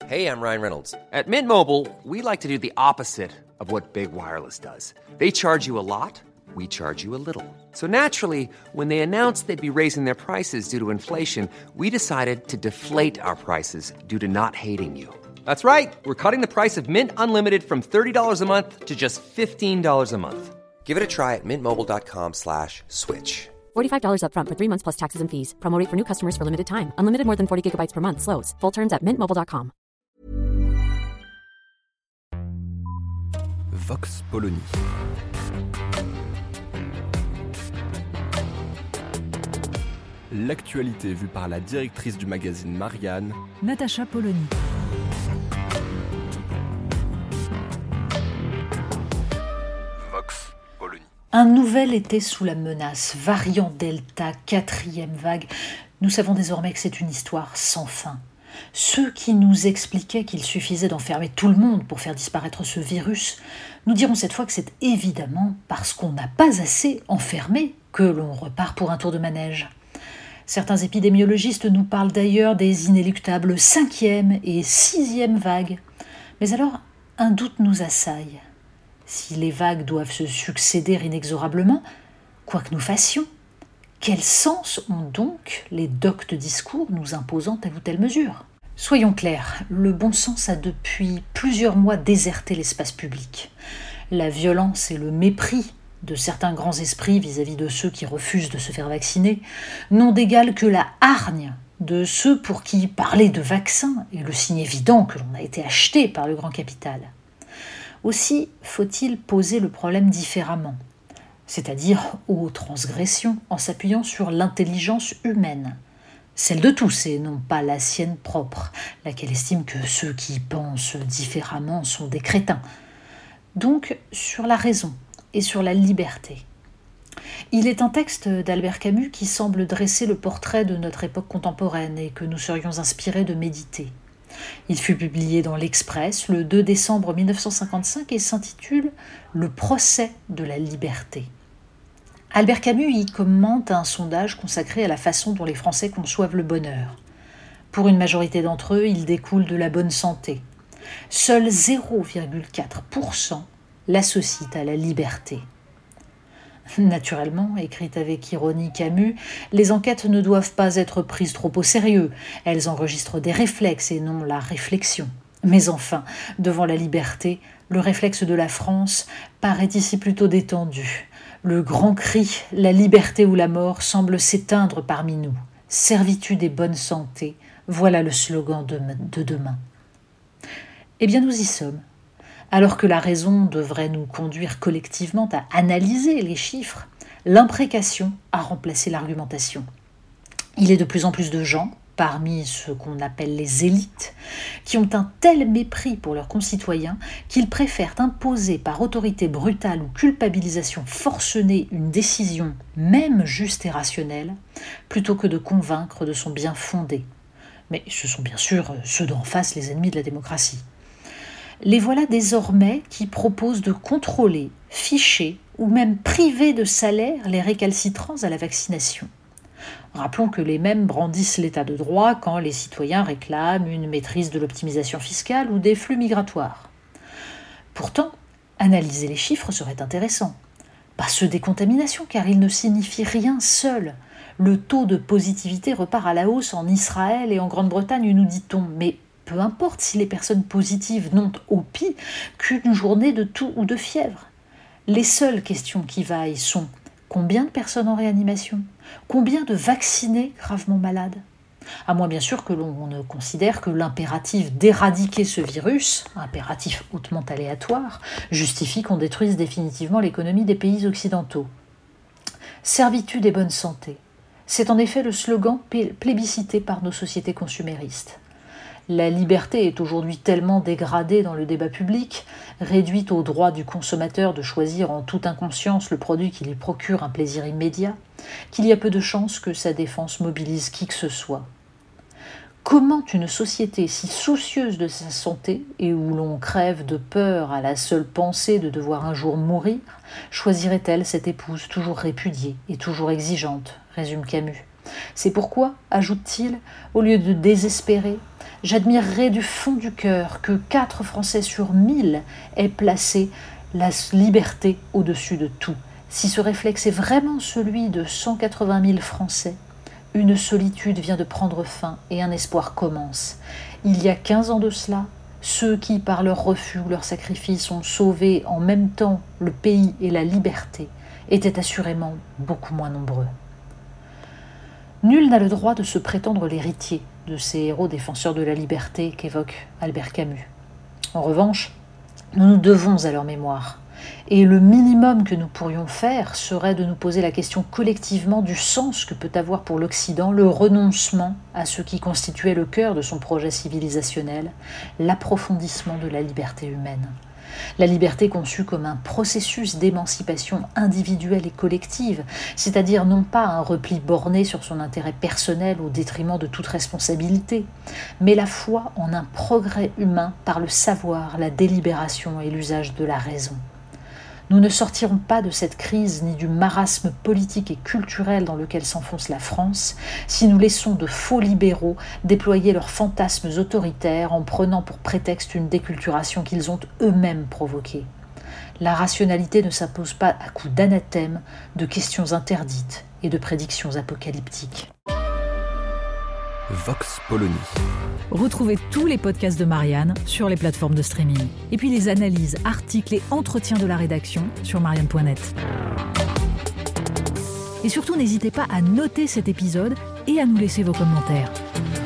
Hey, I'm Ryan Reynolds. At Mint Mobile, we like to do the opposite of what Big Wireless does. They charge you a lot, we charge you a little. So naturally, when they announced they'd be raising their prices due to inflation, we decided to deflate our prices due to not hating you. That's right. We're cutting the price of Mint Unlimited from $30 a month to just $15 a month. Give it a try at mintmobile.com/switch. $45 up front for 3 months plus taxes and fees. Promo rate for new customers for limited time. Unlimited more than 40 gigabytes per month. Slows full terms at mintmobile.com. Vox Polony. L'actualité vue par la directrice du magazine Marianne, Natacha Polony. Vox Polony. Un nouvel été sous la menace, variant Delta, 4e vague. Nous savons désormais que c'est une histoire sans fin. Ceux qui nous expliquaient qu'il suffisait d'enfermer tout le monde pour faire disparaître ce virus, nous dirons cette fois que c'est évidemment parce qu'on n'a pas assez enfermé que l'on repart pour un tour de manège. Certains épidémiologistes nous parlent d'ailleurs des inéluctables 5e et 6e vagues. Mais alors, un doute nous assaille. Si les vagues doivent se succéder inexorablement, quoi que nous fassions, quel sens ont donc les doctes discours nous imposant telle ou telle mesure ? Soyons clairs, le bon sens a depuis plusieurs mois déserté l'espace public. La violence et le mépris de certains grands esprits vis-à-vis de ceux qui refusent de se faire vacciner n'ont d'égal que la hargne de ceux pour qui parler de vaccin est le signe évident que l'on a été acheté par le grand capital. Aussi faut-il poser le problème différemment, c'est-à-dire aux transgressions en s'appuyant sur l'intelligence humaine, celle de tous et non pas la sienne propre, laquelle estime que ceux qui pensent différemment sont des crétins. Donc sur la raison et sur la liberté. Il est un texte d'Albert Camus qui semble dresser le portrait de notre époque contemporaine et que nous serions inspirés de méditer. Il fut publié dans l'Express le 2 décembre 1955 et s'intitule « Le procès de la liberté ». Albert Camus y commente un sondage consacré à la façon dont les Français conçoivent le bonheur. Pour une majorité d'entre eux, il découle de la bonne santé. Seuls 0,4% l'associent à la liberté. Naturellement, écrit avec ironie Camus, les enquêtes ne doivent pas être prises trop au sérieux. Elles enregistrent des réflexes et non la réflexion. Mais enfin, devant la liberté, le réflexe de la France paraît ici plutôt détendu. Le grand cri « La liberté ou la mort » semble s'éteindre parmi nous. Servitude et bonne santé, voilà le slogan de demain. Eh bien, nous y sommes. Alors que la raison devrait nous conduire collectivement à analyser les chiffres, l'imprécation a remplacé l'argumentation. Il est de plus en plus de gens, parmi ce qu'on appelle les élites, qui ont un tel mépris pour leurs concitoyens qu'ils préfèrent imposer par autorité brutale ou culpabilisation forcenée une décision, même juste et rationnelle, plutôt que de convaincre de son bien fondé. Mais ce sont bien sûr ceux d'en face les ennemis de la démocratie. Les voilà désormais qui proposent de contrôler, ficher ou même priver de salaire les récalcitrants à la vaccination. Rappelons que les mêmes brandissent l'état de droit quand les citoyens réclament une maîtrise de l'optimisation fiscale ou des flux migratoires. Pourtant, analyser les chiffres serait intéressant. Pas ceux des contaminations, car ils ne signifient rien seuls. Le taux de positivité repart à la hausse en Israël et en Grande-Bretagne, nous dit-on, mais peu importe si les personnes positives n'ont au pire qu'une journée de toux ou de fièvre. Les seules questions qui vaillent sont combien de personnes en réanimation ? Combien de vaccinés gravement malades ? À moins bien sûr que l'on ne considère que l'impératif d'éradiquer ce virus, impératif hautement aléatoire, justifie qu'on détruise définitivement l'économie des pays occidentaux. Servitude et bonne santé. C'est en effet le slogan plébiscité par nos sociétés consuméristes. La liberté est aujourd'hui tellement dégradée dans le débat public, réduite au droit du consommateur de choisir en toute inconscience le produit qui lui procure un plaisir immédiat, qu'il y a peu de chances que sa défense mobilise qui que ce soit. Comment une société si soucieuse de sa santé et où l'on crève de peur à la seule pensée de devoir un jour mourir, choisirait-elle cette épouse toujours répudiée et toujours exigeante, résume Camus. C'est pourquoi, ajoute-t-il, au lieu de désespérer, J'admirerais du fond du cœur que 4 Français sur 1000 aient placé la liberté au-dessus de tout. Si ce réflexe est vraiment celui de 180 000 Français, une solitude vient de prendre fin et un espoir commence. Il y a 15 ans de cela, ceux qui, par leur refus ou leur sacrifice, ont sauvé en même temps le pays et la liberté, étaient assurément beaucoup moins nombreux. Nul n'a le droit de se prétendre l'héritier de ces héros défenseurs de la liberté qu'évoque Albert Camus. En revanche, nous nous devons à leur mémoire. Et le minimum que nous pourrions faire serait de nous poser la question collectivement du sens que peut avoir pour l'Occident le renoncement à ce qui constituait le cœur de son projet civilisationnel, l'approfondissement de la liberté humaine. La liberté conçue comme un processus d'émancipation individuelle et collective, c'est-à-dire non pas un repli borné sur son intérêt personnel au détriment de toute responsabilité, mais la foi en un progrès humain par le savoir, la délibération et l'usage de la raison. Nous ne sortirons pas de cette crise ni du marasme politique et culturel dans lequel s'enfonce la France si nous laissons de faux libéraux déployer leurs fantasmes autoritaires en prenant pour prétexte une déculturation qu'ils ont eux-mêmes provoquée. La rationalité ne s'impose pas à coups d'anathèmes, de questions interdites et de prédictions apocalyptiques. Vox Polony. Retrouvez tous les podcasts de Marianne sur les plateformes de streaming. Et puis les analyses, articles et entretiens de la rédaction sur marianne.net. Et surtout, n'hésitez pas à noter cet épisode et à nous laisser vos commentaires.